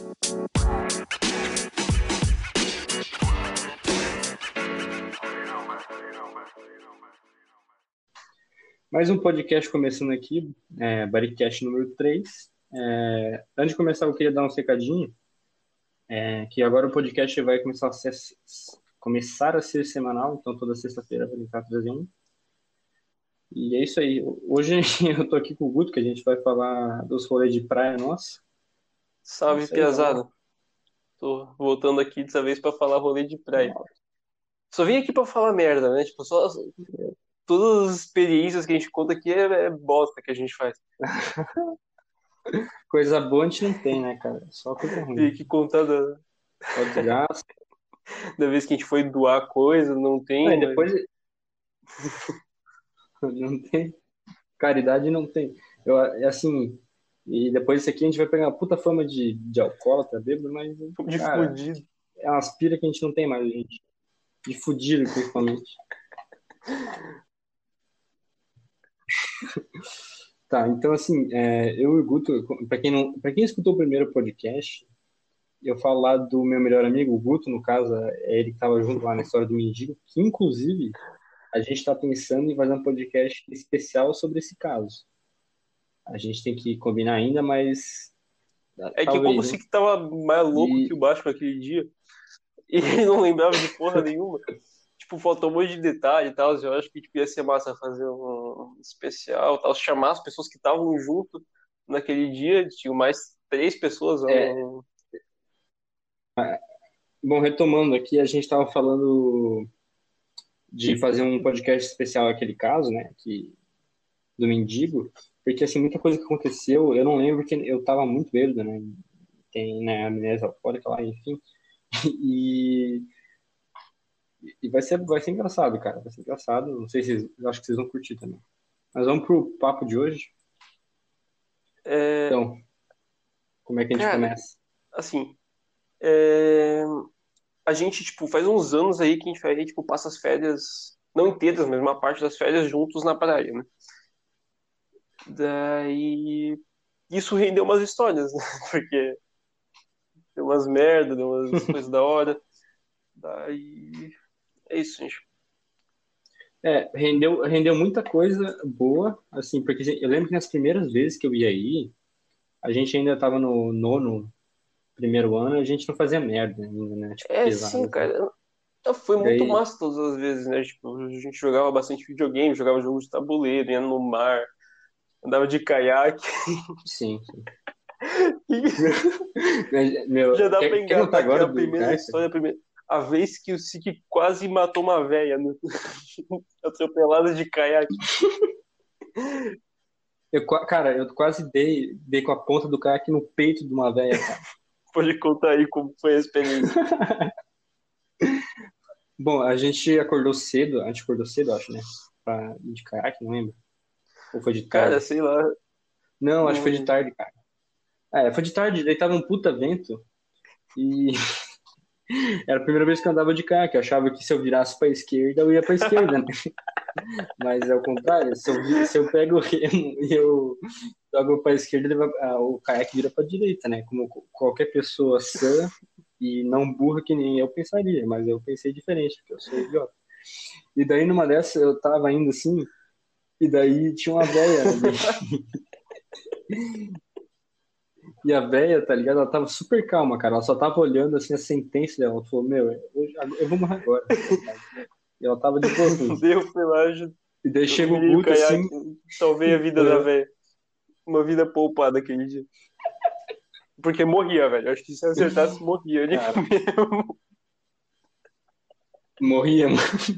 Mais um podcast começando aqui, Baricast número 3. Antes de começar, eu queria dar um recadinho, que agora o podcast vai começar a ser semanal, então toda sexta-feira vai estar trazendo. E é isso aí. Hoje eu tô aqui com o Guto, que a gente vai falar dos rolês de praia nossa. É Salve, isso aí, vamos lá. piazada. Tô voltando aqui dessa vez pra falar rolê de praia. Só vim aqui pra falar merda, né? Tipo, só todas as experiências que a gente conta aqui é bosta que a gente faz. Coisa boa a gente não tem, né, cara? Só coisa Vim ruim. aqui contar Só desgaste. da vez que a gente foi doar coisa, não tem, Aí mas. depois não tem. Caridade não tem. É assim, e depois disso aqui a gente vai pegar uma puta fama de alcoólatra, bêbado, mas, De cara, fudido. é umas pira que a gente não tem mais, gente. De fudido, principalmente. Tá, então assim, eu e o Guto, pra quem escutou o primeiro podcast, eu falo lá do meu melhor amigo, o Guto, no caso, é ele que tava junto lá na história do mendigo, que inclusive a gente tá pensando em fazer um podcast especial sobre esse caso. A gente tem que combinar ainda, mas É que como talvez, se né? que tava mais louco que o E Batman aquele dia. E ele não lembrava de porra nenhuma. Tipo, faltou um monte de detalhe e tal. Eu acho que tipo, ia ser massa fazer um especial tal. Chamar as pessoas que estavam junto naquele dia. Tinha mais 3 pessoas. é, bom, retomando aqui, a gente estava falando de fazer um podcast especial aquele caso, né, do mendigo, porque assim, muita coisa que aconteceu, eu não lembro que eu estava muito bêbado, né, tem, né, amnésia alcoólica lá, enfim, e, e vai ser engraçado, cara, vai ser engraçado, não sei se eu acho que vocês vão curtir também. Mas vamos pro papo de hoje. É, Então, como é que a gente cara, começa? assim, é, a gente, tipo, faz uns anos aí que a gente tipo, passa as férias, não inteiras, mas uma parte das férias juntos na praia, né? Daí, isso rendeu umas histórias, né? Porque deu umas merda, deu umas coisas da hora. Daí, é isso, gente. Rendeu muita coisa boa, assim, porque assim, eu lembro que nas primeiras vezes que eu ia aí, a gente ainda estava no nono, primeiro ano, a gente não fazia merda ainda, né? Tipo, É, sim, pesado, assim. cara. Foi muito Daí, massa todas as vezes, né? Tipo, a gente jogava bastante videogame, jogava jogos de tabuleiro, ia no mar, andava de caiaque. sim, sim. E Meu, já dá pra quer contar engatar aqui agora a do primeira Kaiser? história, a vez que o Sik quase matou uma véia, né? Atropelada de caiaque. Cara, eu quase dei com a ponta do caiaque no peito de uma véia, cara. Pode contar aí como foi a experiência. Bom, a gente acordou cedo, acho, né? Pra ir de caiaque, não lembro. Ou foi de Cara, tarde? sei lá. Não, acho que foi de Não... tarde, cara. Foi de tarde, daí tava um puta vento e era a primeira vez que eu andava de caiaque. Eu achava que se eu virasse pra esquerda, eu ia pra esquerda, né? Mas é o contrário, se eu pego o remo e eu jogo para a esquerda, o caiaque vira para a direita, né? Como qualquer pessoa sã e não burra que nem eu pensaria, mas eu pensei diferente, porque eu sou idiota. E daí numa dessas eu tava indo assim, e daí tinha uma véia ali. E a véia, tá ligado? Ela tava super calma, cara. Ela só tava olhando assim a sentença dela. Ela falou: Meu, eu vou morrer agora, tá ligado? E ela tava de boa com isso. Deu, foi lá, E daí eu chega o virei o Guto caiaque, assim, salvei a vida foi da eu. véia. Uma vida poupada aquele dia. Porque morria, velho. Acho que se eu acertasse, morria. Ele Cara, mesmo. morria,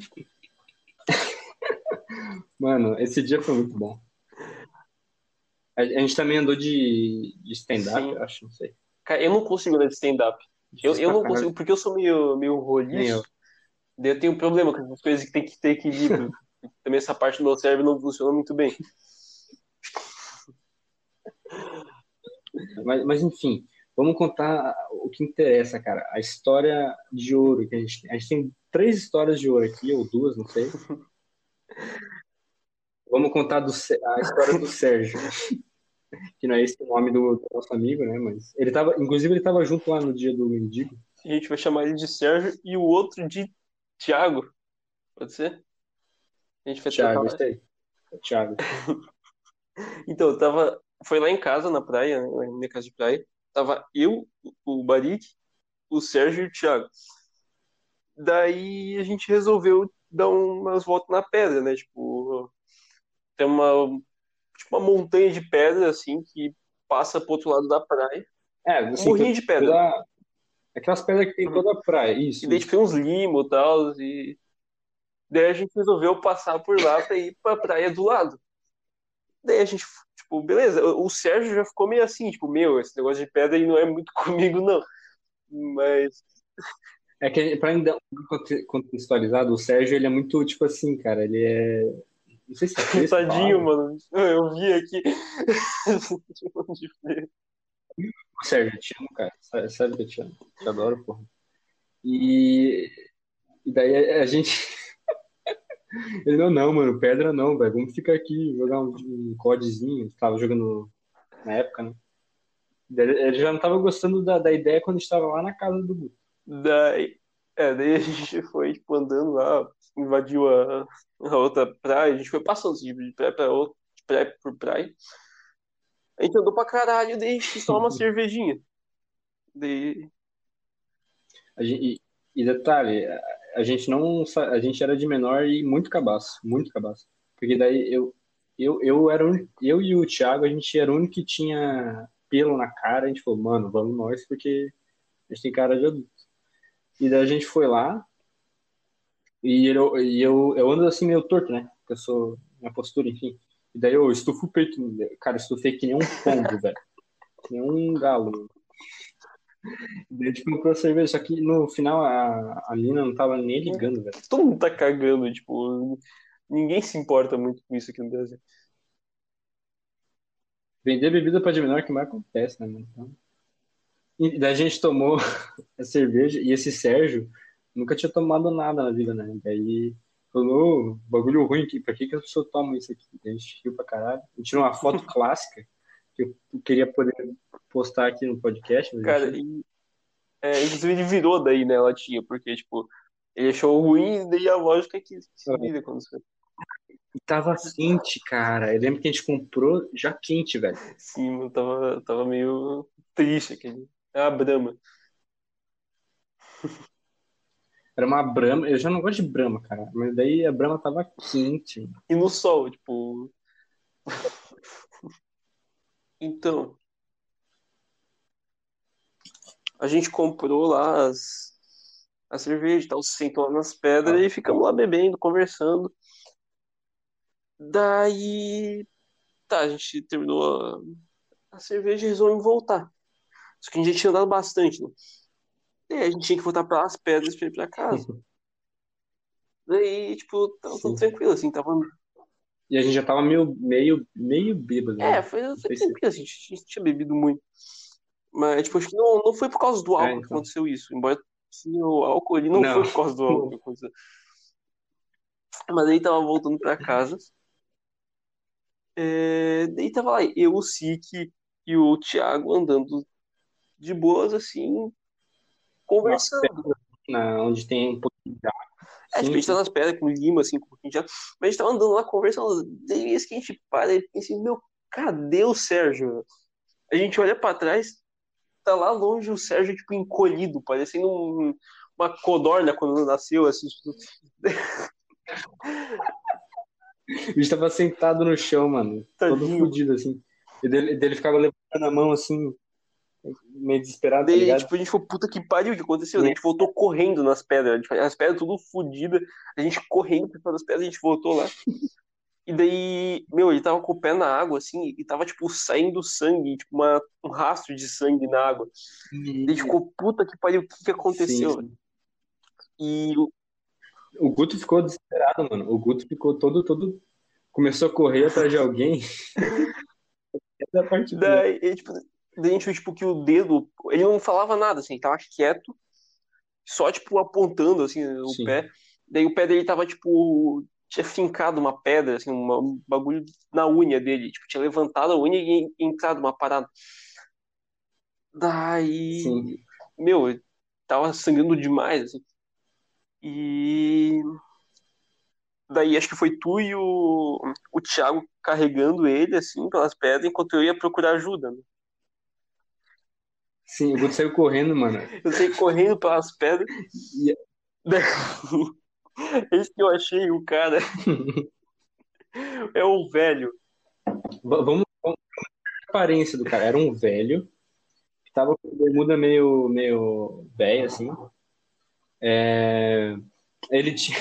mano. Esse dia foi muito bom. A gente também andou de stand-up, Sim. eu acho, não sei. Cara, eu não consigo ler de stand-up. Difícil Eu pra não caralho. consigo, porque eu sou meio Nem eu. roliço. Daí eu tenho um problema com as coisas que tem que ter equilíbrio. Também essa parte do meu cérebro não funciona muito bem. Mas enfim, vamos contar o que interessa, cara. A história de ouro que a gente tem três histórias de ouro aqui, ou duas, não sei. Vamos contar a história do Sérgio. que não é esse o nome do nosso amigo, né? Mas ele tava, inclusive ele tava junto lá no dia do mendigo. A gente vai chamar ele de Sérgio e o outro de Thiago. Pode ser? A gente vai trocar Thiago, lá. esse aí. Thiago. Então, eu tava. Foi lá em casa, na praia, né, lá na minha casa de praia. Tava eu, o Barik, o Sérgio e o Thiago. Daí a gente resolveu dar umas voltas na pedra, né? Tipo, tem tipo, uma montanha de pedra, assim, que passa pro outro lado da praia. É, Um assim, morrinho de pedra. toda, aquelas pedras que tem em Uhum. toda a praia. E Isso, daí, tipo, isso. tem uns limos e tal. E daí a gente resolveu passar por lá pra ir pra praia do lado. Daí a gente, tipo, beleza. O Sérgio já ficou meio assim, tipo, meu, esse negócio de pedra aí não é muito comigo, não. Mas, É que pra ainda contextualizado, o Sérgio, ele é muito, tipo assim, cara, ele é. Não sei se é fresco a tadinho, palavra. mano. Eu vi aqui. O Sérgio, eu te amo, cara. Sabe que eu te amo. Te adoro, porra. E, e daí a gente. Ele não, mano, pedra não, velho. Vamos ficar aqui, jogar um CODzinho. Tava jogando na época, né? Ele já não tava gostando da ideia quando estava lá na casa do Guto. Daí a gente foi, tipo, andando lá, invadiu a outra praia, a gente foi passando assim, de praia pra outra, de praia por praia. A gente andou pra caralho, daí a gente quis tomar uma cervejinha. Daí, E detalhe, a gente não. A gente era de menor e muito cabaço, muito cabaço. Porque daí eu era eu e o Thiago, a gente era o único que tinha pelo na cara. A gente falou, mano, vamos nós, porque a gente tem cara de adulto. E daí a gente foi lá, eu ando assim meio torto, né? Porque eu sou. Minha postura, enfim. E daí eu estufo o peito. Cara, estufei que nem um pombo, velho. Que nem um galo. Daí a gente comprou a cerveja, só que no final a mina não tava nem ligando, velho. todo mundo tá cagando, tipo, ninguém se importa muito com isso aqui no Brasil. Vender bebida pra de menor é o que mais acontece, né, mano? Então, e daí a gente tomou a cerveja e esse Sérgio nunca tinha tomado nada na vida, né? Daí falou, "Ô, bagulho ruim aqui, pra que que as pessoas tomam isso aqui?" Daí a gente riu pra caralho. A gente tirou uma foto clássica que eu queria poder postar aqui no podcast, mas Cara, enfim. inclusive ele virou daí, né, latinha, porque, tipo, ele achou ruim, daí a lógica é que se vira quando você... E tava quente, cara. Eu lembro que a gente comprou já quente, velho. Sim, eu tava meio triste aquele. É a Brahma. Era uma Brahma. Eu já não gosto de Brahma, cara. Mas daí a Brahma tava quente. E no sol, tipo. Então, a gente comprou lá a cerveja e tal, se sentou lá nas pedras Ó, e ficamos lá bebendo, conversando. Daí, tá, a gente terminou a cerveja e resolvemos voltar. Só que a gente tinha andado bastante, né? E aí a gente tinha que voltar pelas pedras pra ir pra casa. Daí, tipo, tava tudo sim. tranquilo, assim, tava. E a gente já tava meio bêbado, né? Não Foi sei se. tranquilo, assim, a gente tinha bebido muito. Mas, tipo, acho que não foi por causa do É, álcool que então. aconteceu isso. Embora sim, o álcool ali não Não. foi por causa do álcool que aconteceu. Mas aí tava voltando pra casa. Daí tava lá eu, o Sik e o Thiago andando de boas, assim, Nas conversando. pedras, onde tem um pouquinho de água. Tipo, a Sim, gente tá sim. nas pedras com lima, assim, com um pouquinho de água. Mas a gente tava andando lá conversando. Daí esse que a gente para e pensa assim, meu, cadê o Sérgio? A gente olha pra trás, tá lá longe o Sérgio, tipo, encolhido, parecendo uma codorna quando nasceu, assim. Tipo, A gente tava sentado no chão, mano. Todo tadinho. fudido, assim. E dele ficava levantando a mão, assim, meio desesperado, tá Daí, ligado? tipo, a gente falou, puta que pariu, o que aconteceu? Daí E a gente voltou correndo nas pedras. As pedras tudo fodidas. A gente correndo por cima das pedras, a gente voltou lá. E daí, meu, ele tava com o pé na água, assim, e tava, tipo, saindo sangue, tipo, um rastro de sangue na água. Daí a gente e- ficou, puta que pariu, o que que sim, aconteceu? sim. E O Guto ficou desesperado, mano. O Guto ficou todo. Começou a correr atrás de alguém. Essa parte boa. tipo, daí a gente viu, tipo, que o dedo, ele não falava nada, assim, ele tava quieto, só, tipo, apontando, assim, o Sim. pé. Daí o pé dele tava, tipo, tinha fincado uma pedra, assim, um bagulho na unha dele. Tipo, tinha levantado a unha e entrado uma parada. Sim. Daí, meu, tava sangrando demais, assim. E daí acho que foi tu e o Thiago carregando ele, assim, pelas pedras, enquanto eu ia procurar ajuda, né? Sim, o Guto saiu correndo, mano. Eu saí correndo pelas pedras. E, Daí, esse que eu achei, o cara, é o velho. vamos a aparência do cara. Era um velho, que tava com bermuda meio velha, assim. É, ele tinha.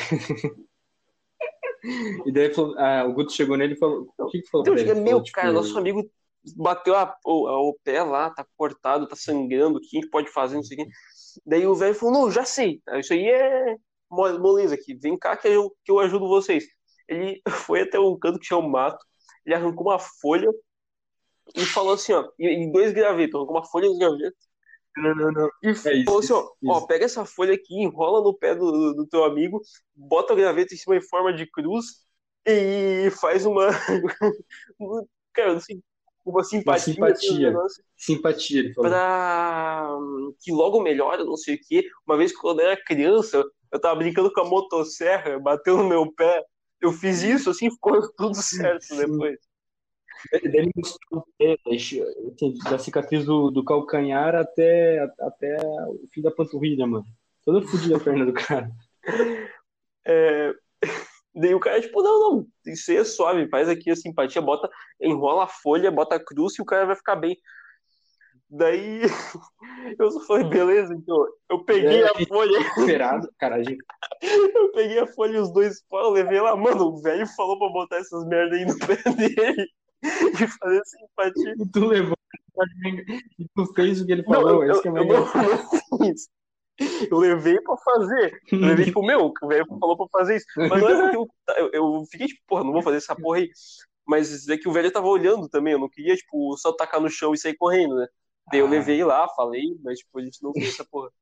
E daí o Guto chegou nele e falou. O que que falou Então, eu pra ele? cheguei, Falou, meu, cara, nosso tipo. amigo bateu o pé lá, tá cortado, tá sangrando, o que a gente pode fazer, não sei o quê. Daí o velho falou, não, já sei, isso aí é moleza aqui, vem cá que eu ajudo vocês. Ele foi até um canto que tinha um mato, ele arrancou uma folha e falou assim, ó, e dois gravetos, arrancou uma folha e dois gravetos, Não, não, não. e É isso, falou assim, isso, ó, isso. pega essa folha aqui, enrola no pé do teu amigo, bota o graveto em cima em forma de cruz e faz uma, cara, não sei, uma Uma simpatia, assim, no simpatia. negócio, Simpatia, ele falou. pra que logo melhore, não sei o quê. Uma vez quando eu era criança, eu tava brincando com a motosserra, bateu no meu pé, eu fiz isso, assim, ficou tudo certo Sim. depois. Daí ele mostrou o pé, assim, da cicatriz do calcanhar até o fim da panturrilha, mano. Toda fodida a perna do cara. É, daí o cara, tipo, não, não, isso aí é suave, faz aqui a simpatia, bota, enrola a folha, bota a cruz e o cara vai ficar bem. Daí eu só falei, beleza, então eu peguei Daí a a gente folha, desesperado, cara, a gente, eu peguei a folha e os dois fora, levei lá, mano, o velho falou pra botar essas merda aí no pé dele e fazer simpatia. e tu levou, e tu fez o que ele Não, falou, esse que é eu mais não, engraçado. não fiz. Eu levei pra fazer. Eu levei, tipo, meu, o velho falou pra fazer isso. Mas não é porque eu fiquei, tipo, porra, não vou fazer essa porra aí. Mas é que o velho tava olhando também. Eu não queria, tipo, só tacar no chão e sair correndo, né? Daí eu Ah, levei lá, falei, mas, tipo, a gente não fez essa porra.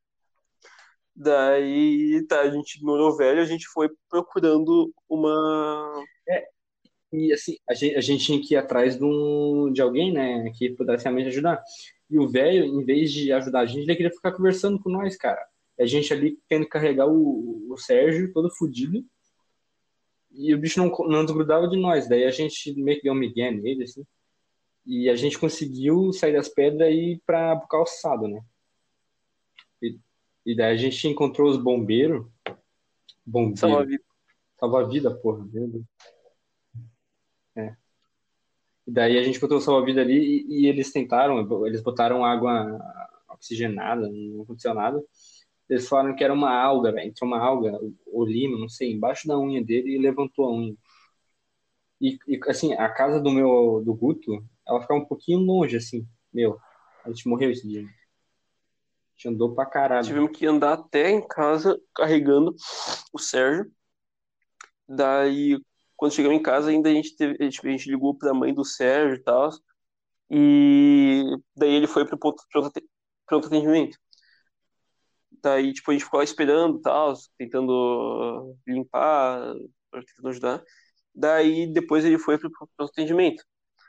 Daí, tá, a gente ignorou o velho, a gente foi procurando uma. é, e assim, a gente tinha que ir atrás de alguém, né, que pudesse realmente ajudar. E o velho, em vez de ajudar a gente, ele queria ficar conversando com nós, cara. A gente ali tendo que carregar o Sérgio, todo fudido, e o bicho não desgrudava de nós. Daí a gente meio que deu um migué nele, assim. E a gente conseguiu sair das pedras e ir para o calçado, né? E, e daí a gente encontrou os bombeiros. Bombeiro. Salva-vida. Salva a vida, porra. Meu Deus. É. E daí a gente encontrou o salva-vida ali e eles tentaram, eles botaram água oxigenada, não aconteceu nada. Eles falaram que era uma alga, velho. Entrou uma alga, olima, não sei, embaixo da unha dele e levantou a unha. Assim, a casa do Guto, ela ficava um pouquinho longe, assim. Meu, a gente morreu esse dia. A gente andou pra caralho. Tivemos que andar até em casa carregando o Sérgio. Daí, quando chegamos em casa, ainda a gente ligou pra mãe do Sérgio e tal. E daí ele foi pro pronto atendimento. Daí, tipo, a gente ficou lá esperando e tal, tentando limpar, tentando ajudar. Daí, depois ele foi pro pronto atendimento.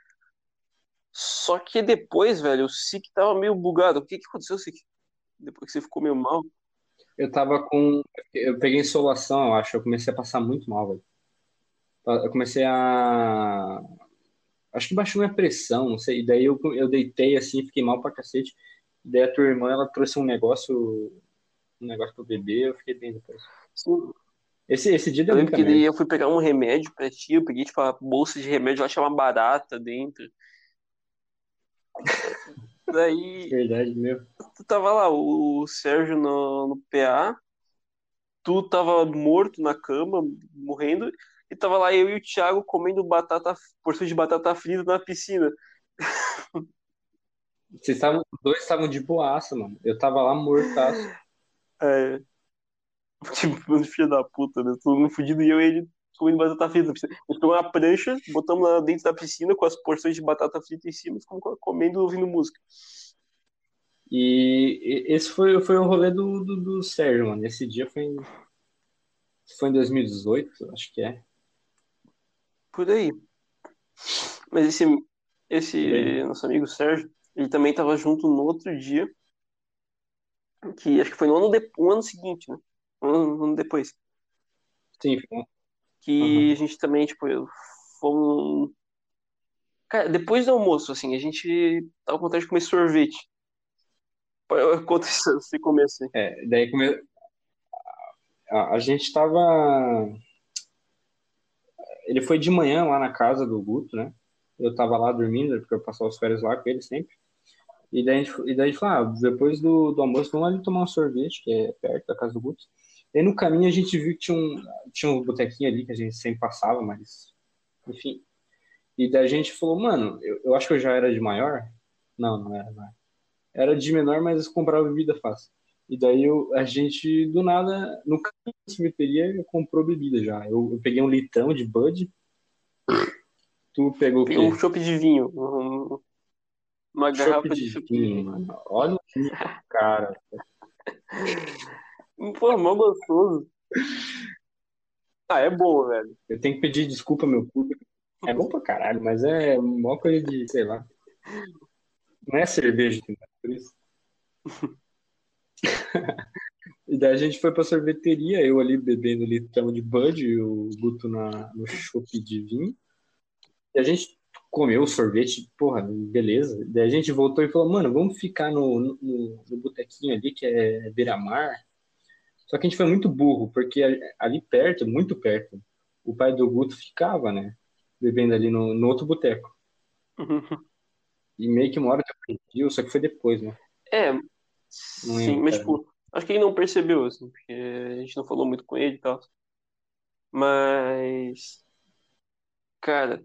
Só que depois, velho, o SIC tava meio bugado. O que que aconteceu, SIC? Depois que você ficou meio mal. Eu tava com. Eu peguei insolação, eu acho. Eu comecei a passar muito mal, velho. Eu comecei a. Acho que baixou minha pressão, não sei. E daí eu deitei assim, fiquei mal pra cacete. E daí a tua irmã, ela trouxe um negócio pra beber, eu fiquei bem depois. Sim, Esse dia eu deu lembro muita que daí merda. eu fui pegar um remédio pra ti, eu peguei, tipo, a bolsa de remédio lá, tinha uma barata dentro. Daí, Verdade, meu. tu tava lá, o Sérgio no PA, tu tava morto na cama, morrendo, e tava lá eu e o Thiago comendo porção de batata frita na piscina. Os dois estavam de boaça, mano. Eu tava lá mortaço. É, tipo, mano, filho da puta, né? Todo mundo fudido e eu e ele comendo batata frita na piscina. A gente pegou uma prancha, botamos lá dentro da piscina com as porções de batata frita em cima e ficamos comendo e ouvindo música. E esse foi o rolê do Sérgio, mano. Esse dia foi foi em 2018, acho que é. Por aí. Mas Por aí. esse nosso amigo Sérgio, ele também tava junto no outro dia, que acho que foi no ano seguinte, né? Um ano depois. Sim, Que a aham. gente também, tipo, fomos. Cara, depois do almoço, assim, a gente tava com vontade de comer sorvete. Conta esse começo aí. Daí a gente tava. Ele foi de manhã lá na casa do Guto, né? Eu tava lá dormindo, porque eu passava as férias lá com ele sempre. E daí a gente falou, depois do almoço, vamos ali tomar um sorvete, que é perto da casa do Guto. E aí no caminho a gente viu que tinha um botequinho ali que a gente sempre passava, mas, enfim. E daí a gente falou, mano, eu acho que eu já era de maior. Não, não era, não. Era de menor, mas eu comprava bebida fácil. E daí a gente, do nada, no caminho da sorveteria, comprou bebida já. Eu peguei um litrão de Bud, tu pegou o Peguei um quê? chopp de vinho, uma Chopp garrafa de de chopp de vinho, vinho. mano. Olha o nível, cara. Pô, mó gostoso. Ah, é bom, velho. Eu tenho que pedir desculpa ao meu público. É bom pra caralho, mas é uma coisa de, sei lá. Não é cerveja, entendeu? Por isso. E daí a gente foi pra sorveteria, eu ali bebendo litrão de Bud, e o Guto no chopp de vinho. E a gente comeu o sorvete, porra, beleza. Daí a gente voltou e falou, mano, vamos ficar no botequinho ali, que é beira-mar. Só que a gente foi muito burro, porque ali perto, muito perto, o pai do Guto ficava, né? Bebendo ali no outro boteco. E meio que uma hora depois viu, só que foi depois, né? É, Não sim, lembro, mas cara. tipo, acho que ele não percebeu, assim, porque a gente não falou muito com ele e tal. Mas, cara,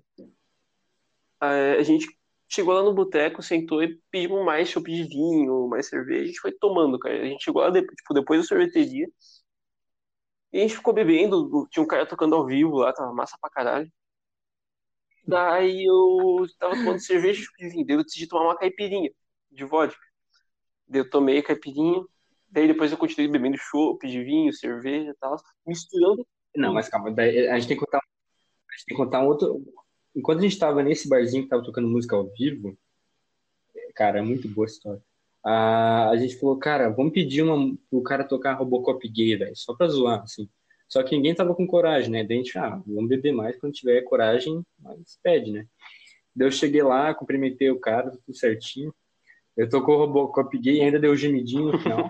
a gente chegou lá no boteco, sentou e pedimos mais chopp de vinho, mais cerveja. A gente foi tomando, cara. A gente chegou lá, tipo, depois da sorveteria. E a gente ficou bebendo. Tinha um cara tocando ao vivo lá, tava massa pra caralho. Daí eu tava tomando cerveja e chopp de vinho. Daí eu decidi tomar uma caipirinha de vodka. Daí eu tomei a caipirinha. Daí depois eu continuei bebendo chopp de vinho, cerveja e tal, misturando Não, tudo. mas calma, daí a gente tem que contar um outro. Enquanto a gente tava nesse barzinho que tava tocando música ao vivo, cara, é muito boa a história. A gente falou, cara, vamos pedir pro cara tocar Robocop gay, velho, só pra zoar, assim. Só que ninguém tava com coragem, né? Daí a gente, vamos beber mais quando tiver coragem, mas pede, né? Daí eu cheguei lá, cumprimentei o cara, tudo certinho. Eu tocou o Robocop gay e ainda deu gemidinho no final.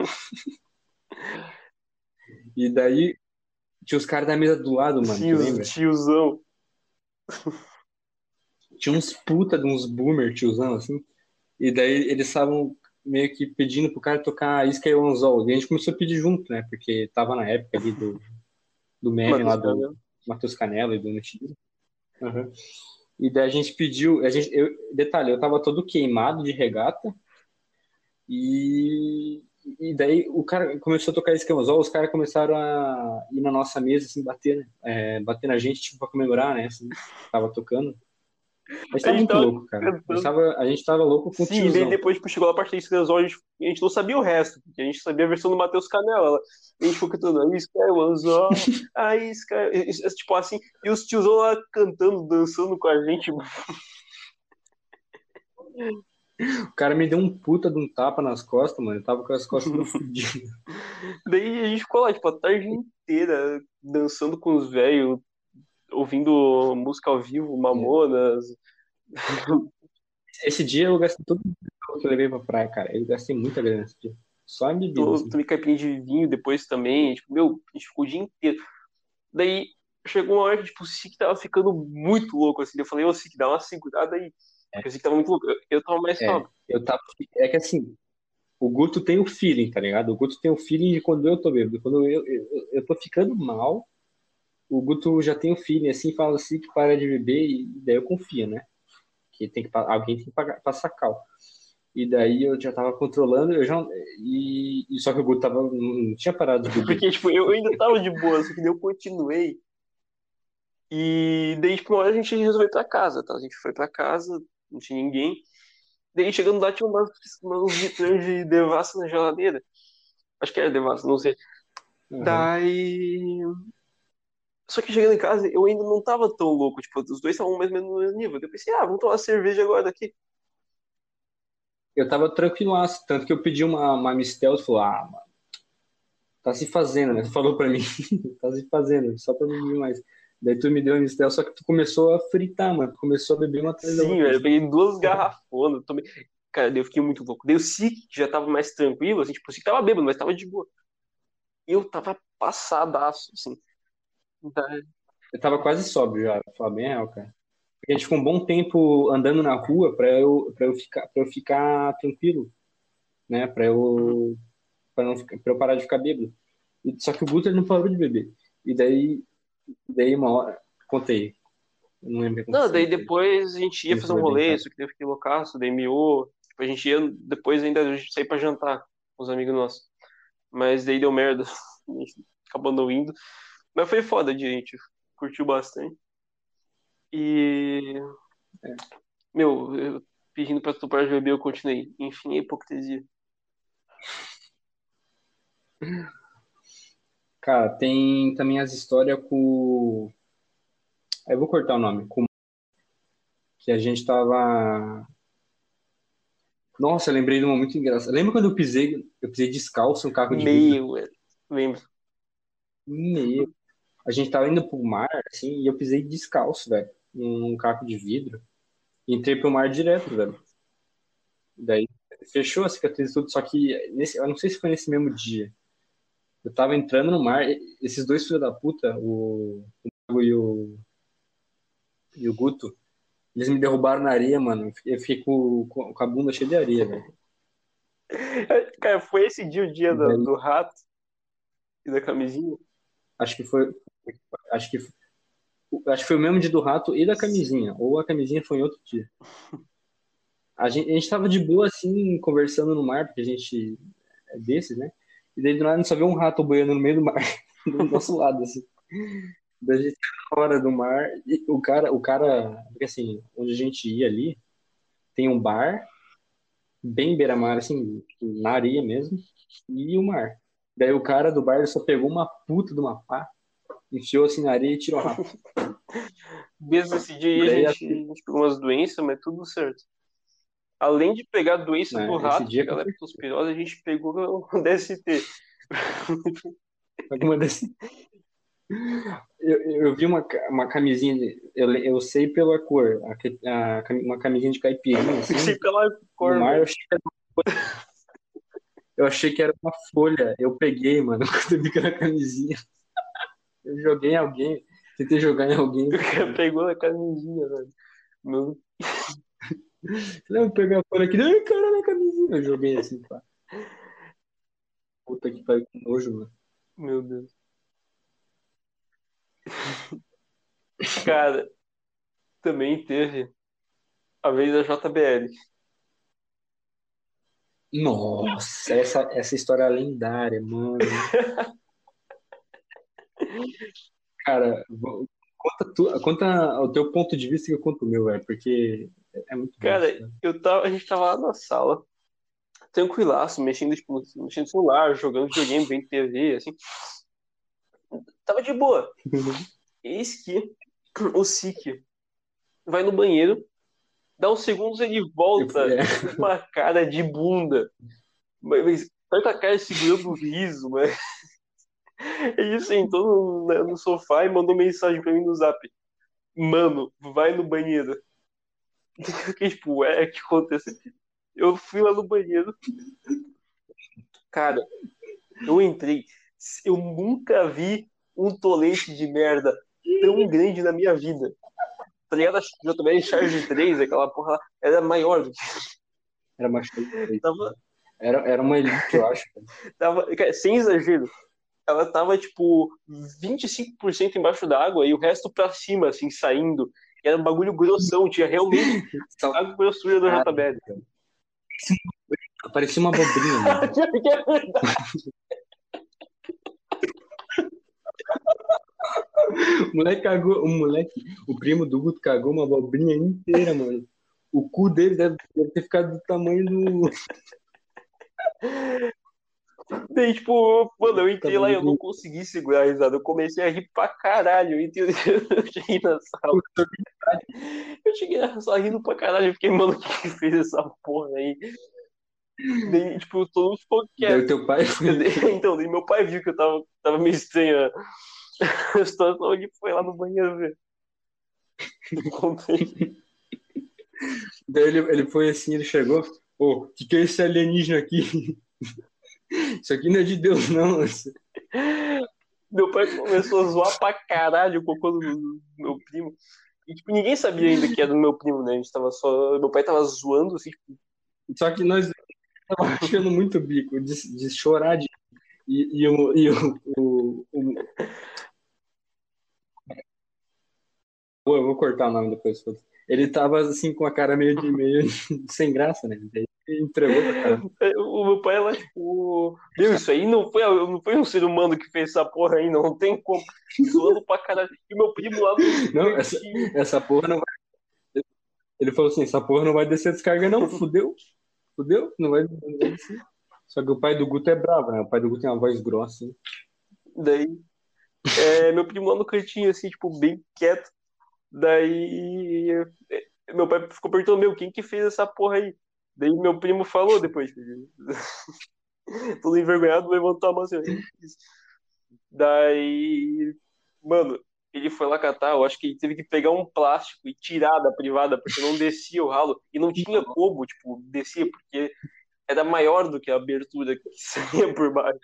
E daí tinha os caras da mesa do lado, mano, Sim, tu os lembra? tiozão. Tinha uns puta de uns boomer tiozão, assim. E daí eles estavam meio que pedindo pro cara tocar Isca e o Anzol. E a gente começou a pedir junto, né? Porque tava na época ali do meme lá Matheus do Canela. Matheus Canella e do Nutili. Uhum. E daí a gente pediu. Detalhe, eu tava todo queimado de regata. E, e daí o cara começou a tocar Isca e o Anzol. Os caras começaram a ir na nossa mesa, assim, bater, né? Bater na gente, tipo, pra comemorar, né? Assim, tava tocando. A gente A tava gente muito tava louco, cara. A gente cantando. tava, a gente tava louco com o Sim, daí tiozão. depois tipo, chegou lá a parte da Escrevão, a gente não sabia o resto, porque a gente sabia a versão do Matheus Canela. A gente ficou cantando a Isca, é o anzol, a Isca, tipo assim, e os tiozão lá cantando, dançando com a gente. O cara me deu um puta de um tapa nas costas, mano. Eu tava com as costas tudo fodidas. Daí a gente ficou lá, tipo, a tarde inteira dançando com os velhos, ouvindo música ao vivo, Mamonas. Esse dia eu gastei todo o que eu levei pra praia, cara. Eu gastei muita grana nesse dia. Só em bebida, assim. Tomei caipirinha de vinho depois também. Tipo, meu, a gente ficou o dia inteiro. Daí chegou uma hora que tipo, o Sik tava ficando muito louco, assim. Eu falei, ô Sik, dá uma segurada aí. Porque o Sik tava muito louco. Eu tava mais calmo. Eu tava. É que assim, o Guto tem o feeling, tá ligado? O Guto tem o feeling de quando eu tô bêbado. Quando eu tô ficando mal, o Guto já tem o feeling, assim, fala assim que para de beber e daí eu confio, né? Que alguém tem que passar cal. E daí eu já tava controlando, só que o Guto não tinha parado de beber. Porque, tipo, eu ainda tava de boa, só que daí eu continuei. E daí, tipo, uma hora a gente resolveu ir pra casa, tá? A gente foi pra casa, não tinha ninguém. Daí, chegando lá, tinha uns litrões de devassa na geladeira. Acho que era devassa, não sei. Aham. Daí. Só que chegando em casa, eu ainda não tava tão louco. Tipo, os dois estavam mais ou menos no mesmo nível. Eu pensei, vamos tomar cerveja agora daqui. Eu tava tranquilaço, tanto que eu pedi uma Mistel, tu falou, mano, tá se fazendo, né? Tu falou pra mim, tá se fazendo, só pra não beber mais. Daí tu me deu a Mistel, só que tu começou a fritar, mano. Tu começou a beber uma atrás da Sim, outra, velho, eu assim. peguei 2 garrafonas. Eu tomei... Cara, daí eu fiquei muito louco. Daí o Sik, que já tava mais tranquilo, assim, tipo, o Sik tava bêbado, mas tava de boa. Eu tava passadaço, assim. Então, Eu tava quase sóbrio já, pra falar bem real, cara. Porque a gente ficou um bom tempo andando na rua pra eu ficar tranquilo, né? Pra não ficar, pra eu parar de ficar bêbado. Só que o Guto ele não parou de beber. E daí uma hora, contei, eu não lembro o que não, aconteceu daí depois. depois a gente ia fazer Começou um a beber em rolê, casa. só que daí eu fiquei loucaço, daí miou. Tipo, a gente ia depois ainda sair pra jantar com os amigos nossos. Mas daí deu merda. A gente acabou não indo. Mas foi foda o dia, a gente curtiu bastante. E, É. meu, eu pedindo pra tu parar de beber, eu continuei. Enfim, é hipocrisia. Cara, tem também as histórias com. Eu vou cortar o nome. Que a gente tava. Nossa, eu lembrei de uma muito engraçada. Lembra quando eu pisei descalço no carro de vidro? Meu, velho. Lembro. Meu. A gente tava indo pro mar, assim, e eu pisei descalço, velho, num caco de vidro. E entrei pro mar direto, velho. Daí fechou a cicatriz e tudo, só que eu não sei se foi nesse mesmo dia. Eu tava entrando no mar, esses dois filhos da puta, o Mago e o Guto, eles me derrubaram na areia, mano. Eu fiquei com a bunda cheia de areia, velho. Cara, foi esse dia o dia E do, daí, do rato e da camisinha? acho que foi, acho que, acho que foi o mesmo dia do rato e da camisinha, ou a camisinha foi em outro dia. A gente tava de boa, assim, conversando no mar, porque a gente é desses, né? E daí do nada a gente só vê um rato boiando no meio do mar, do nosso lado, assim. Daí a gente tá fora do mar, e porque assim, onde a gente ia ali, tem um bar, bem beira-mar, assim, na areia mesmo, e o mar. Daí o cara do bar ele só pegou uma puta de uma pá, enfiou assim na areia e tirou rápido. Desde esse dia aí Daí, a gente pegou umas doenças, mas tudo certo. Além de pegar a doença do né, esse rato, que dia é a leptospirose, a gente pegou o DST. alguma desse. Eu vi uma camisinha, eu sei pela cor, uma camisinha de caipirinha, Sei assim, pela no cor, mar, velho. eu achei que era uma folha. Eu peguei, mano, quando eu vi que era camisinha. Eu joguei em alguém, tentei jogar em alguém. O cara pegou na camisinha, velho. Meu, Falei, eu peguei a folha aqui, ai, cara, minha camisinha. Eu joguei assim, pá. Puta que pariu, que nojo, mano. meu Deus. Cara, também teve a vez da JBL. Nossa, essa história é lendária, mano. Cara, conta o teu ponto de vista que eu conto o meu, velho, porque é muito bom Cara, isso, cara. a gente tava lá na sala, tranquilaço, mexendo, tipo, mexendo no celular, jogando videogame, vendo TV, assim. Tava de boa. Eis que o Sik vai no banheiro, dá uns segundos ele volta É, com uma cara de bunda. Mas tanta cara segurando o riso, mas ele sentou no sofá e mandou mensagem pra mim no Zap. Mano, vai no banheiro. Eu fiquei tipo, ué, o que aconteceu? Eu fui lá no banheiro. Cara, eu entrei. Eu nunca vi um tolete de merda tão grande na minha vida. Tá ligado? A JBL Charge 3, aquela porra lá, era maior do que. era uma show. Tava, Era uma elite, eu acho. cara, sem exagero. Ela tava, tipo, 25% embaixo d'água e o resto pra cima, assim, saindo. E era um bagulho grossão, tinha realmente Só, a grossura da cara, JBL. parecia uma abobrinha, mano. O primo do Guto cagou uma abobrinha inteira, mano. O cu dele deve ter ficado do tamanho do. Daí, tipo, mano, eu entrei Tava lá e eu não muito. consegui segurar a risada. Eu comecei a rir pra caralho. Eu entrei, eu cheguei na sala. Eu cheguei na sala rindo pra caralho. Eu fiquei, mano, quem fez essa porra aí? Daí, tipo, todo mundo ficou Daí quieto. o teu pai foi. Então, daí meu pai viu que eu tava meio estranha a situação. Ele foi lá no banheiro ver. Eu contei. Daí ele foi assim, ele chegou. Ô, o que é esse alienígena aqui? Isso aqui não é de Deus, não. Meu pai começou a zoar pra caralho o cocô do meu primo. E, tipo, ninguém sabia ainda que era do meu primo, né? A gente tava só. Meu pai tava zoando, assim, tipo, Só que nós tava achando muito bico de chorar de. Pô, eu vou cortar o nome depois. Foda-se. Ele tava assim com a cara meio sem graça, né? Daí ele entregou pra cara. o meu pai lá, tipo, meu, isso aí não foi um ser humano que fez essa porra aí, não tem como. Zoando pra caralho. E meu primo lá no Não, cantinho. essa porra não vai. Ele falou assim: essa porra não vai descer a descarga, não. Fudeu, fudeu, não vai descer. Só que o pai do Guto é bravo, né? O pai do Guto tem uma voz grossa, assim. Daí, meu primo lá no cantinho, assim, tipo, bem quieto. Daí, meu pai ficou perguntando, meu, quem que fez essa porra aí? Daí meu primo falou depois. Todo envergonhado, levantou a mão assim. "Eu fiz." Daí, mano, ele foi lá catar, eu acho que ele teve que pegar um plástico e tirar da privada, porque não descia o ralo. E não tinha como, tipo, descia, porque era maior do que a abertura que saía por baixo.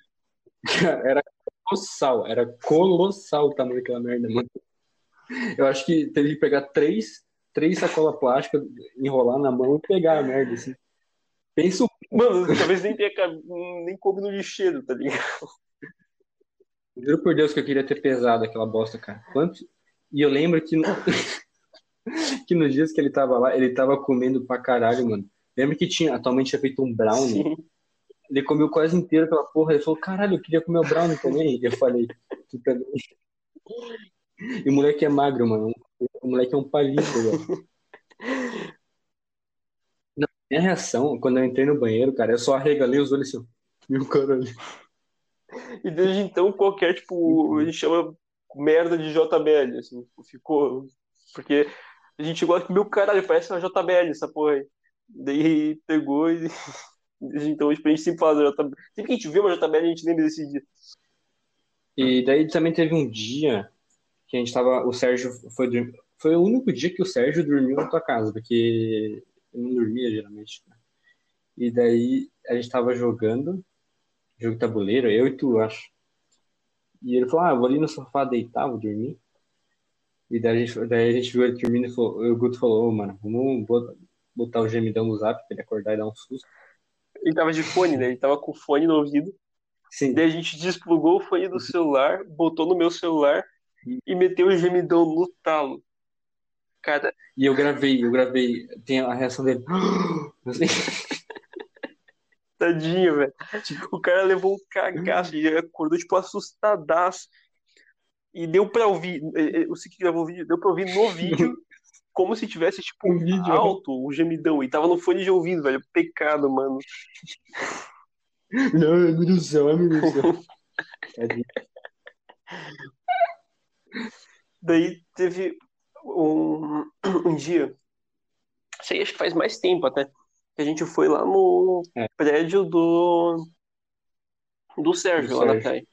Era colossal o tamanho daquela merda, mano. Eu acho que teve que pegar três sacolas plásticas, enrolar na mão e pegar a merda, assim. Pensa o. Mano, talvez nem coube no lixeiro, tá ligado? Juro por Deus que eu queria ter pesado aquela bosta, cara. Quanto. E eu lembro que nos dias que ele tava lá, ele tava comendo pra caralho, mano. Lembra que atualmente tinha feito um brownie? Sim. Ele comeu quase inteiro aquela porra. Ele falou, caralho, eu queria comer o brownie também. E eu falei, tu também. E o moleque é magro, mano. O moleque é um palito, velho. Não, minha reação, quando eu entrei no banheiro, cara, eu só arregalei os olhos assim, ó. Meu caralho. E desde então, qualquer, tipo, a gente chama merda de JBL, assim, tipo, ficou. Porque a gente gosta, meu caralho, parece uma JBL essa porra aí. Daí pegou e desde então, tipo, a gente sempre fala da JBL. Sempre que a gente vê uma JBL, a gente lembra desse dia. E daí também teve um dia que a gente tava. O Sérgio foi dormir. Foi o único dia que o Sérgio dormiu na tua casa, porque eu não dormia geralmente, né? E daí a gente tava jogando, jogo de tabuleiro, eu e tu, eu acho. E ele falou, eu vou ali no sofá deitar, vou dormir. E daí a gente viu ele dormindo e o Guto falou, mano, vamos botar o gemidão no zap pra ele acordar e dar um susto. Ele tava de fone, né? Ele tava com o fone no ouvido. Sim. Daí a gente desplugou o fone do celular, botou no meu celular e meteu o gemidão no talo. Cara, E eu gravei, tem a reação dele. Assim, tadinho, velho. tipo, O cara levou um cagaço, ele acordou, tipo, assustadaço. E deu pra ouvir, o que gravou o vídeo, deu pra ouvir no vídeo como se tivesse, tipo, um vídeo. alto o gemidão. E tava no fone de ouvido, velho. Pecado, mano. Não, meu Deus do céu, meu Deus do céu. Tadinho. Daí teve um dia, isso aí acho que faz mais tempo até, que a gente foi lá no É, prédio do do Sérgio, lá na Sérgio. praia.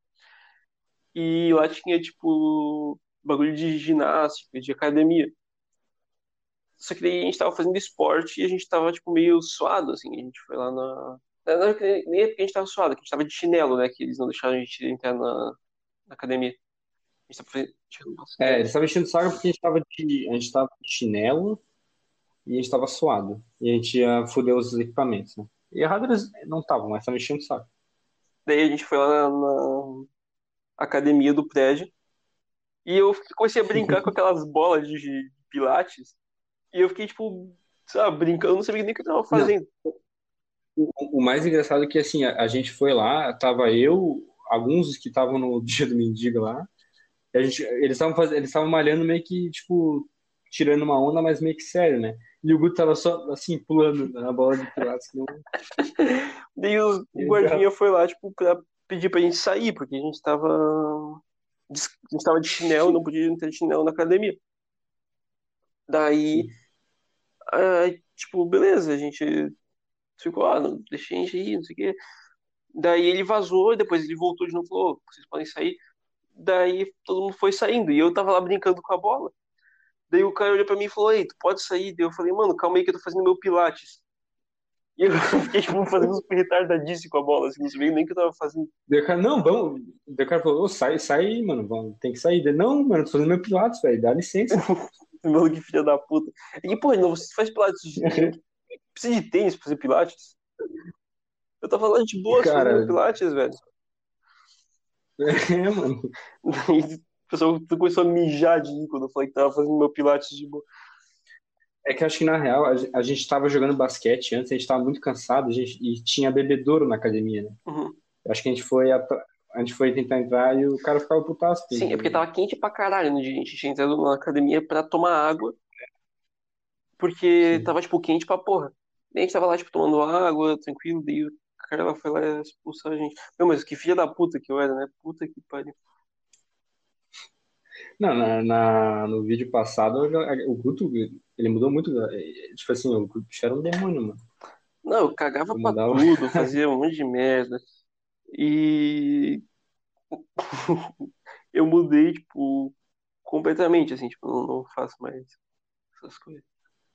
E lá tinha, tipo, bagulho de ginástica, de academia. Só que daí a gente tava fazendo esporte e a gente tava, tipo, meio suado, assim. A gente foi lá na. Não, nem é porque a gente tava suado, que a gente tava de chinelo, né? Que eles não deixaram a gente entrar na academia. A gente tava tirando nossa É, chinelo. eles estavam enchendo o saco porque a gente tava de chinelo e a gente tava suado. E a gente ia foder os equipamentos, né? E errado eles não estavam, mas estavam enchendo o saco. Daí a gente foi lá na academia do prédio e eu comecei a brincar com aquelas bolas de pilates. E eu fiquei, tipo, sabe, brincando, eu não sabia nem o que eu tava Não, fazendo. o mais engraçado é que assim, a gente foi lá, tava eu, alguns que estavam no dia do mendigo lá, eles estavam malhando meio que, tipo, tirando uma onda, mas meio que sério, né? E o Guto tava só, assim, pulando na bola de Pilates. Que não... Daí o guardinha foi lá, tipo, pra pedir pra gente sair, porque a gente tava de chinelo, não podia entrar de chinelo na academia. Daí, Sim. tipo, beleza, a gente ficou, não, deixa a gente ir, não sei o quê. Daí ele vazou, depois ele voltou de novo e falou, vocês podem sair. Daí todo mundo foi saindo, e eu tava lá brincando com a bola. Daí o cara olhou pra mim e falou, ei, tu pode sair? Daí eu falei, mano, calma aí que eu tô fazendo meu pilates. E eu fiquei, tipo, fazendo super retardadíssimo com a bola, assim, não sabia nem o que eu tava fazendo. Daí o cara, não, vamos. Daí o cara falou, ô, sai aí, mano, vamos, tem que sair. Daí, não, mano, tô fazendo meu Pilates, velho, dá licença. Mano, que filha da puta. E, pô, não, você faz pilates, precisa de tênis pra fazer pilates? Eu tava lá de boa fazendo meu Cara, pilates, velho. mano. Daí o pessoal começou a mijar de mim quando eu falei que tava fazendo meu pilates de boa. É que eu acho que na real a gente tava jogando basquete antes, a gente tava muito cansado, e tinha bebedouro na academia, né? Uhum. Eu acho que a gente foi tentar entrar e o cara ficava putaço. Sim, é porque tava quente pra caralho no dia. A gente tinha entrado na academia pra tomar água, porque Sim. tava, tipo, quente pra porra. Daí a gente tava lá, tipo, tomando água, tranquilo, daí o cara lá foi lá expulsar a gente. Meu, mas que filha da puta que eu era, né? Puta que pariu. Não, no vídeo passado, o Guto, ele mudou muito. Tipo assim, o Guto era um demônio, mano. Não, eu cagava Eu pra mandava. tudo, fazia um monte de merda. E eu mudei, tipo, completamente, assim, tipo, não faço mais essas coisas.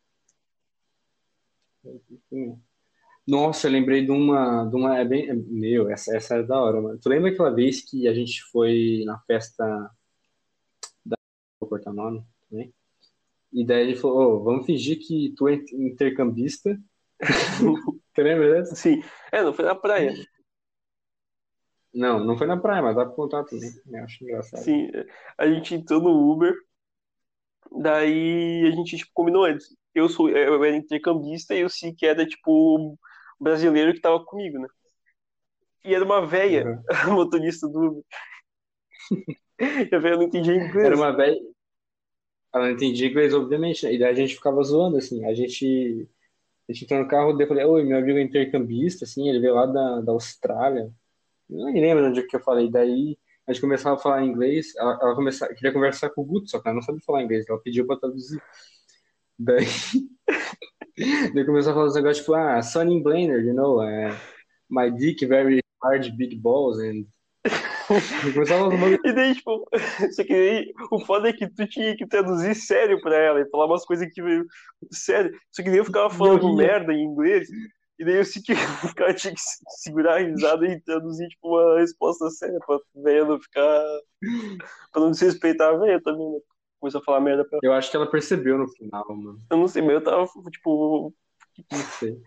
Nossa, eu lembrei de uma meu, essa era da hora, mano. Tu lembra aquela vez que a gente foi na festa da, vou cortar o nome também? E daí ele falou, ô, vamos fingir que tu é intercambista. Tu lembra dessa? Sim, não foi na praia. Não, não foi na praia, mas dá pra contar também. Eu acho engraçado. Sim, a gente entrou no Uber, daí a gente, tipo, combinou antes. Eu era intercambista e o Sik era, tipo, o brasileiro que tava comigo, né? E era uma véia, Uhum. a motorista do Uber. E a véia não entendia Era inglês. uma velha. Ela não entendia inglês, obviamente, né? E daí a gente ficava zoando, assim. A gente entrou no carro, daí eu falei, oi, meu amigo é intercambista, assim, ele veio lá da Austrália. Eu não me lembro onde é que eu falei. Daí a gente começava a falar inglês, ela queria conversar com o Guto, só que ela não sabia falar inglês, ela pediu pra traduzir. Daí, daí começou a falar os negócios, tipo, Sonny Blainer, my dick very large, big balls, and... Começava a falar uns bagulho. E daí, tipo, só que daí, o foda é que tu tinha que traduzir sério pra ela e falar umas coisas que veio sério. Só que daí eu ficava E eu falando ria. merda em inglês, e daí eu senti que o cara tinha que segurar a risada e traduzir, tipo, uma resposta séria pra velha não ficar. Pra não desrespeitar a velha também, né? Começou a falar merda pra ela. Eu acho que ela percebeu no final, mano. Eu não sei, mas eu tava, tipo. Não sei.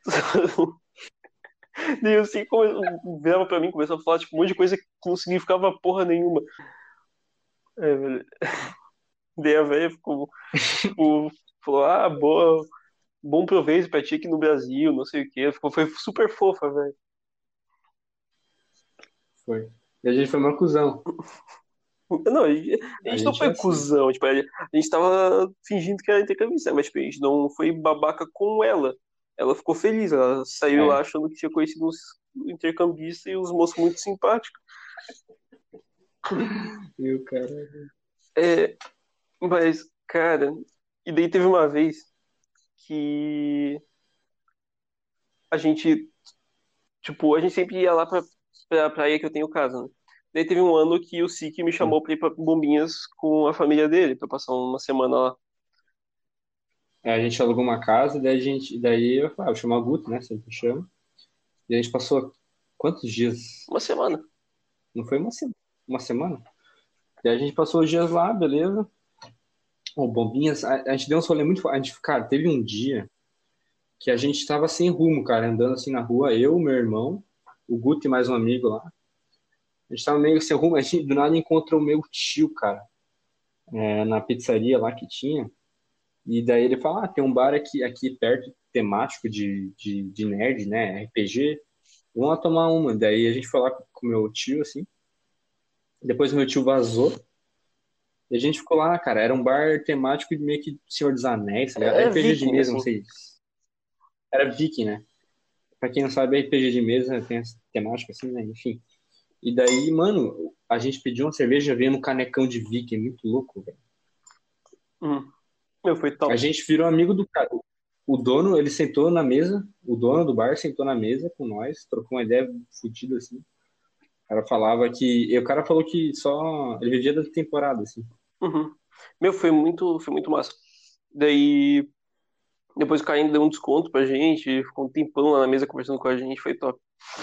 Daí eu assim, virava pra mim, começou a falar, tipo, um monte de coisa que não significava porra nenhuma. É, velho. Daí a velha ficou, tipo, falou, boa. Bom proveito pra ti aqui no Brasil, não sei o quê. Foi super fofa, velho. Foi. E a gente foi uma cuzão. Não, a gente A não gente é foi assim. cuzão, tipo, a gente tava fingindo que era intercambista, mas tipo, a gente não foi babaca com ela. Ela ficou feliz, ela saiu lá É. achando que tinha conhecido uns intercambistas e os moços muito simpáticos. E o cara. É, mas, cara, e daí teve uma vez que a gente, tipo, a gente sempre ia lá pra praia que eu tenho casa, né? Daí teve um ano que o Siki me Sim. chamou pra ir pra Bombinhas com a família dele, pra passar uma semana lá. A gente alugou uma casa, daí eu falei, eu chamo a Guto, né? Sempre chamo. E a gente passou quantos dias? Uma semana. Não foi uma semana? E a gente passou os dias lá, beleza. O Bombinhas, a gente deu um rolê muito. A gente, cara, teve um dia que a gente tava sem rumo, cara, andando assim na rua, eu, meu irmão, o Guto e mais um amigo lá. A gente tava meio sem rumo, a gente do nada encontrou o meu tio, cara, na pizzaria lá que tinha. E daí ele fala, tem um bar aqui perto, temático de nerd, né? RPG. Vamos lá tomar uma. Daí a gente foi lá com o meu tio, assim. Depois meu tio vazou. E a gente ficou lá, cara. Era um bar temático de meio que Senhor dos Anéis, tá ligado? É RPG de viking, mesa, não assim. sei. Era Viking, né? Pra quem não sabe, RPG de mesa tem essa temática assim, né? Enfim. E daí, mano, a gente pediu uma cerveja, veio no canecão de Viking, muito louco, velho. Hum. Meu, foi A top. gente virou amigo do cara. O dono, ele sentou na mesa, o dono do bar sentou na mesa com nós, trocou uma ideia fodida assim. O cara falava que. E o cara falou que só. Ele vivia da temporada, assim. Uhum. Meu, foi muito massa. Daí, depois o cara ainda deu um desconto pra gente, ficou um tempão lá na mesa conversando com a gente, foi top.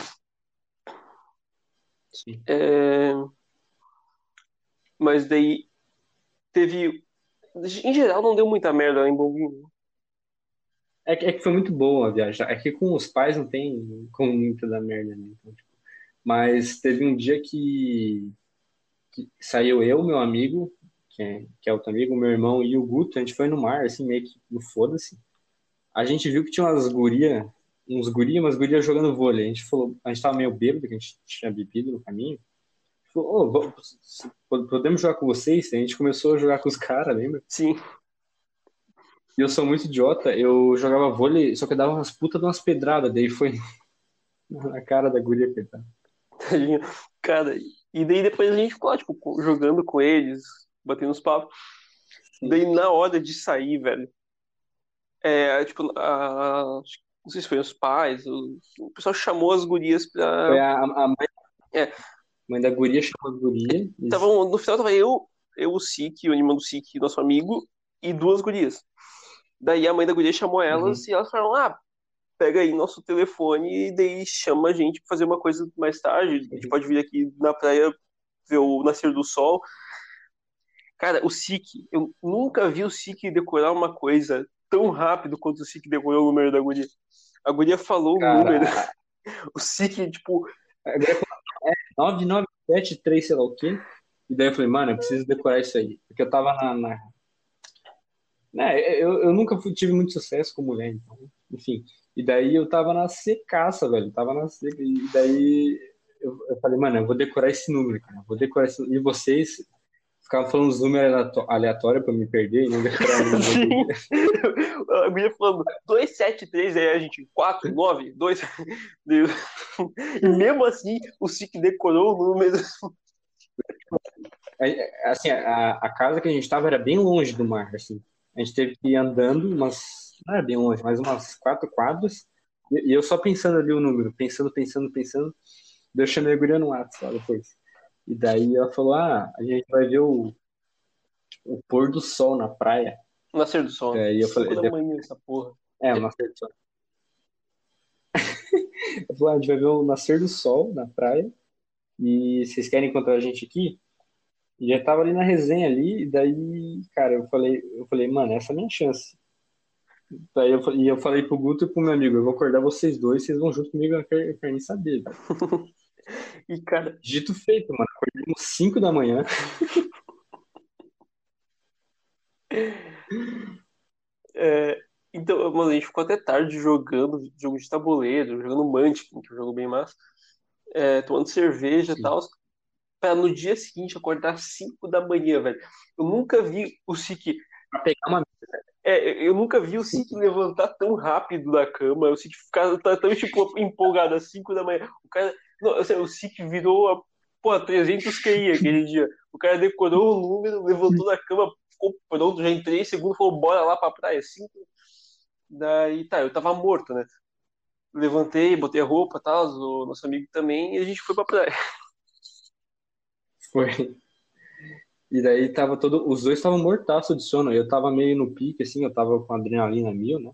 Sim. É, mas daí teve. Em geral, não deu muita merda lá em Bombinhas. É que foi muito boa a viagem. É que com os pais não tem como muito dar merda, né? Então, tipo, mas teve um dia que saiu eu, meu amigo, que é outro amigo, meu irmão e o Guto, a gente foi no mar, assim, meio que no foda-se. A gente viu que tinha umas gurias jogando vôlei. A gente falou, a gente tava meio bêbado, que a gente tinha bebido no caminho. Falou, "Ô, podemos jogar com vocês?" A gente começou a jogar com os caras, lembra? Sim, E eu sou muito idiota, eu jogava vôlei, só que eu dava umas putas de umas pedradas, daí foi na cara da guria, coitada. tadinho. Cara, e daí depois a gente ficou lá, tipo, jogando com eles, batendo uns papos. Sim. Daí na hora de sair, velho, tipo, não sei se foi os pais, o pessoal chamou as gurias Foi pra. a É, mãe da guria, chamou a guria, isso. no final tava eu, o Sik, o animal do Sik, nosso amigo, e duas gurias. Daí a mãe da guria chamou elas Uhum. e elas falaram: ah, pega aí nosso telefone e daí chama a gente pra fazer uma coisa mais tarde. A gente pode vir aqui na praia ver o nascer do sol. Cara, o Sik, eu nunca vi o Sik decorar uma coisa tão rápido quanto o Sik decorou o número da guria. A guria falou o Cara, número, o Sik, tipo, a guria falou, 9973, sei lá o quê. E daí eu falei, mano, eu preciso decorar isso aí. Porque eu tava né, eu nunca tive muito sucesso com mulher, então, enfim. E daí eu tava na secaça, velho. Tava na seca. E daí eu falei, mano, eu vou decorar esse número, cara. Eu vou decorar esse número. E vocês ficavam falando os números aleatórios pra me perder e não decorar o número da assim, guria. a guria falando 273, aí a gente, 4, 9, 2. E mesmo assim, o Sik decorou o número. Assim, a casa que a gente tava era bem longe do mar, assim. A gente teve que ir andando não era bem longe, mas umas 4 quadras. E eu só pensando ali o número, pensando. Daí eu chamei a guria no WhatsApp lá depois. E daí ela falou: ah, a gente vai ver o pôr do sol na praia. Nascer do sol, né? Daí eu 5 falei: da manhã, essa porra. o nascer do sol. Ela falou: ah, a gente vai ver o nascer do sol na praia. E vocês querem encontrar a gente aqui? E já tava ali na resenha ali, e daí, cara, eu falei, mano, essa é a minha chance. Daí eu falei pro Guto e pro meu amigo, eu vou acordar vocês dois, vocês vão junto comigo, eu quero nem saber, velho. E, cara, Dito feito, mano. Acordei às 5 da manhã. é, então, mano, a gente ficou até tarde jogando jogo de tabuleiro, jogando Munchkin, que é um jogo bem massa, tomando cerveja e Sim. tal, pra no dia seguinte acordar às 5 da manhã, velho. Eu nunca vi o Sik. Pra pegar uma. Eu nunca vi o Sik levantar tão rápido da cama, o Sik ficar tão, tipo, empolgado às 5 da manhã. O cara. Não, assim, o Sik virou a, pô, 300 QI aquele dia. O cara decorou o número, levantou da cama, ficou pronto, já em 3 segundos, falou, bora lá pra praia. 5. Daí, tá, eu tava morto, né? Levantei, botei a roupa, tal, o nosso amigo também, e a gente foi pra praia. Foi. E daí tava todo. Os dois estavam mortaço de sono. Eu tava meio no pique, assim, eu tava com adrenalina mil, né?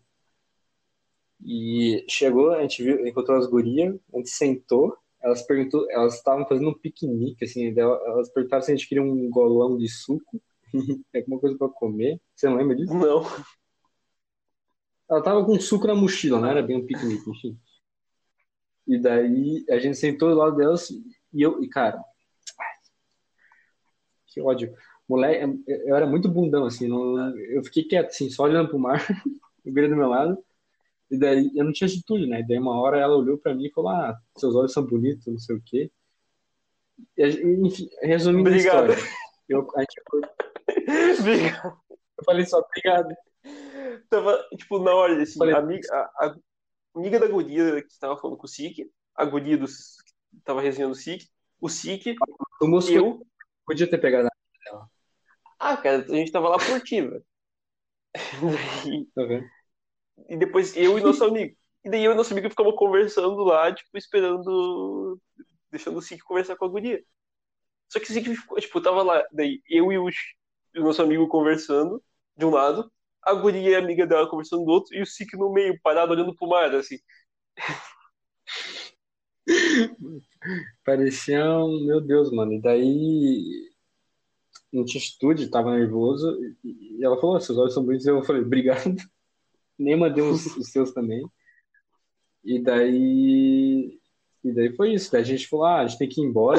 E chegou, a gente viu, encontrou as gurias, a gente sentou, elas estavam fazendo um piquenique, assim, daí elas perguntaram se a gente queria um golão de suco, alguma coisa pra comer. Você não lembra disso? Não. Ela tava com suco na mochila, não era bem um piquenique, enfim. E daí a gente sentou do lado delas cara, que ódio. Moleque, eu era muito bundão, assim, não, eu fiquei quieto, assim, só olhando pro mar, o guria do meu lado, e daí eu não tinha atitude, né? E daí uma hora ela olhou pra mim e falou: ah, seus olhos são bonitos, não sei o quê. Enfim, resumindo a Obrigado. história, a gente acordou, Eu falei só obrigado. Tava, tipo, na hora, Eu assim, falei, a amiga da guria que tava falando com o Sik, a guria que tava resenhando o Sik, o Sik, o moço eu. podia ter pegado ela. Ah, cara, a gente tava lá por ti, velho. Daí- Tá vendo? E depois eu e nosso amigo. E daí eu e nosso amigo ficamos conversando lá, tipo, esperando, deixando o Sik conversar com a guria. Só que o Sik ficou, tipo, tava lá, daí eu e o nosso amigo conversando de um lado, a guria e a amiga dela conversando do outro, e o Sik no meio, parado olhando pro mar, assim. Parecia meu Deus, mano. E daí, não tinha atitude, tava nervoso. E ela falou, seus olhos são bonitos. Eu falei, obrigado. Nem mandei os seus também. E daí. E daí foi isso. Daí a gente falou, a gente tem que ir embora.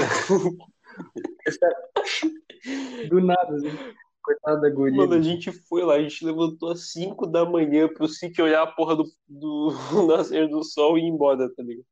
Do nada, assim. Coitada da guria. Mano, a gente foi lá, a gente levantou às 5 da manhã pro Sik olhar a porra do nascer do sol e ir embora, tá ligado?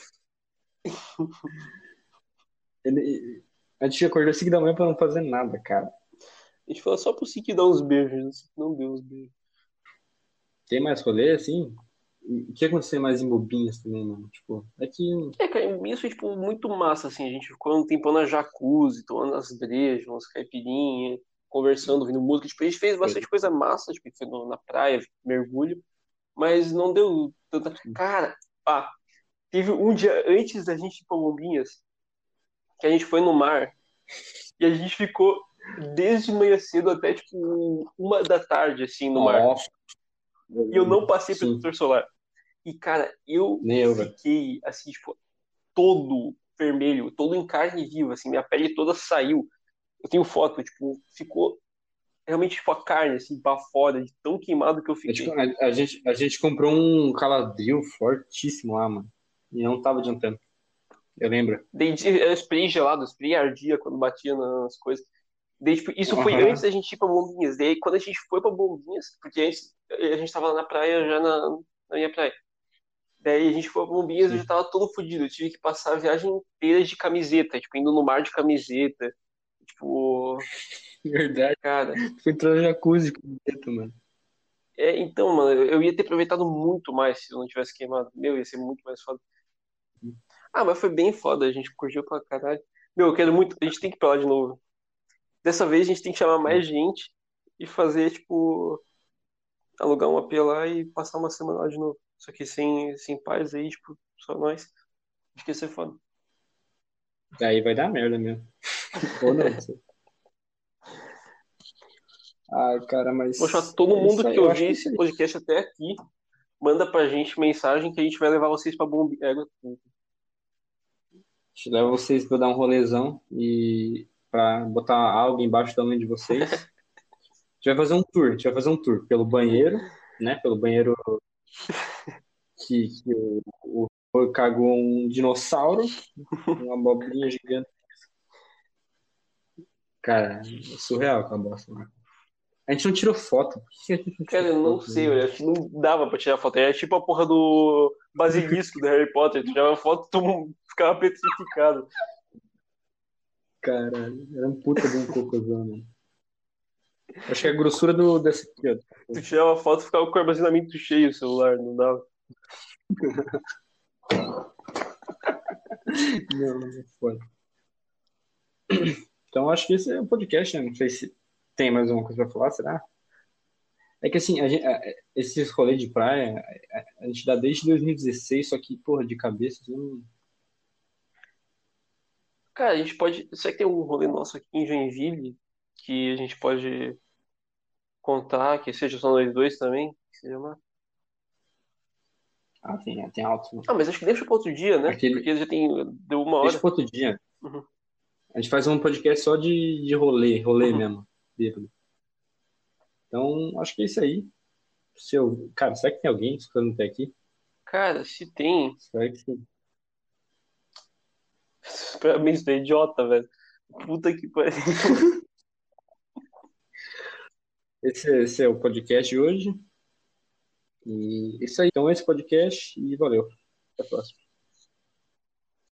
A gente acordou às 5 da manhã pra não fazer nada, cara. A gente falou só pro Sik dar uns beijos, o Sik não deu uns beijos. Tem mais rolê, assim? O que aconteceu mais em Bobinhas também, mano? Tipo, é que. É, cara, isso é, tipo, muito massa, assim, a gente ficou um tempão na jacuzzi, tomando as brejas, umas caipirinhas, conversando, ouvindo música, tipo, a gente fez bastante coisa massa, tipo, a gente foi na praia, mergulho, mas não deu tanta... Cara, teve um dia antes da gente ir pra Bombinhas, que a gente foi no mar, e a gente ficou desde manhã cedo até, tipo, 1 da tarde, assim, no mar. Nossa, E eu não passei sim, protetor solar. E, cara, eu nem eu, velho. fiquei, assim, tipo, todo vermelho, todo em carne viva, assim, minha pele toda saiu. Eu tenho foto, tipo, ficou realmente, tipo, a carne, assim, pra fora, de tão queimado que eu É, tipo, fiquei. a gente comprou um caladril fortíssimo lá, mano. E não tava adiantando. Eu lembro. Era spray gelado, spray ardia quando batia nas coisas. Daí, tipo, isso foi antes Aham. da gente ir pra Bombinhas. Daí, quando a gente foi pra Bombinhas, porque antes a gente tava lá na praia, já na minha praia. Daí a gente foi pra Bombinhas e eu já Sim. tava todo fodido. Eu tive que passar a viagem inteira de camiseta, tipo, indo no mar de camiseta. Tipo, Verdade. cara. Fui entrar no jacuzzi com dentro, mano. Então, mano, eu ia ter aproveitado muito mais se eu não tivesse queimado. Meu, ia ser muito mais foda. Ah, mas foi bem foda, a gente curtiu pra caralho. Meu, eu quero muito. A gente tem que ir pra lá de novo. Dessa vez a gente tem que chamar mais gente e fazer, tipo, alugar um AP lá e passar uma semana lá de novo. Só que sem pais aí, tipo, só nós. Acho que ia ser foda. Daí vai dar merda mesmo. Ou não, não sei. Ai, cara, Vou chamar mas todo é isso mundo aí. que Eu acho ouvir que é isso esse aí. podcast até aqui. Manda pra gente mensagem que a gente vai levar vocês pra Bombi. A gente leva vocês pra dar um rolezão e pra botar algo embaixo da unha de vocês. A gente vai fazer um tour. A gente vai fazer um tour pelo banheiro, né? Pelo banheiro que o cagou um dinossauro, uma abobrinha gigante. Cara, é surreal aquela bosta, né? A gente não tirou foto. Por que a gente não Cara, tirou eu não foto, sei, né? eu acho que não dava pra tirar foto. Era tipo a porra do basilisco do Harry Potter. Tu tirava foto, tu ficava petrificado. Caralho, era um puta de um cocôzão, mano. Acho que é a grossura dessa aqui, ó. Tu tirava foto, ficava com o armazenamento cheio o celular, não dava. Não, não foi. Então acho que esse é o podcast, né? Não sei se tem mais alguma coisa pra falar, será? É que assim, esses rolês de praia, a gente dá desde 2016, só que, porra, de cabeça, assim, Cara, a gente pode. Será que tem um rolê nosso aqui em Joinville que a gente pode contar, que seja só nós dois também? Que seja uma... tem altos, né? Ah, mas acho que deixa pra outro dia, né? Aquele, Porque já tem. Deu 1 hora. deixa pro outro dia. Uhum. A gente faz um podcast só de rolê Uhum. mesmo. Bêbado. Então, acho que é isso aí. Cara, será que tem alguém escutando até aqui? Cara, se tem. Será que sim? Pra mim, isso é idiota, velho. Puta que pariu. Esse é o podcast de hoje. E isso aí. Então, esse podcast e valeu. Até a próxima.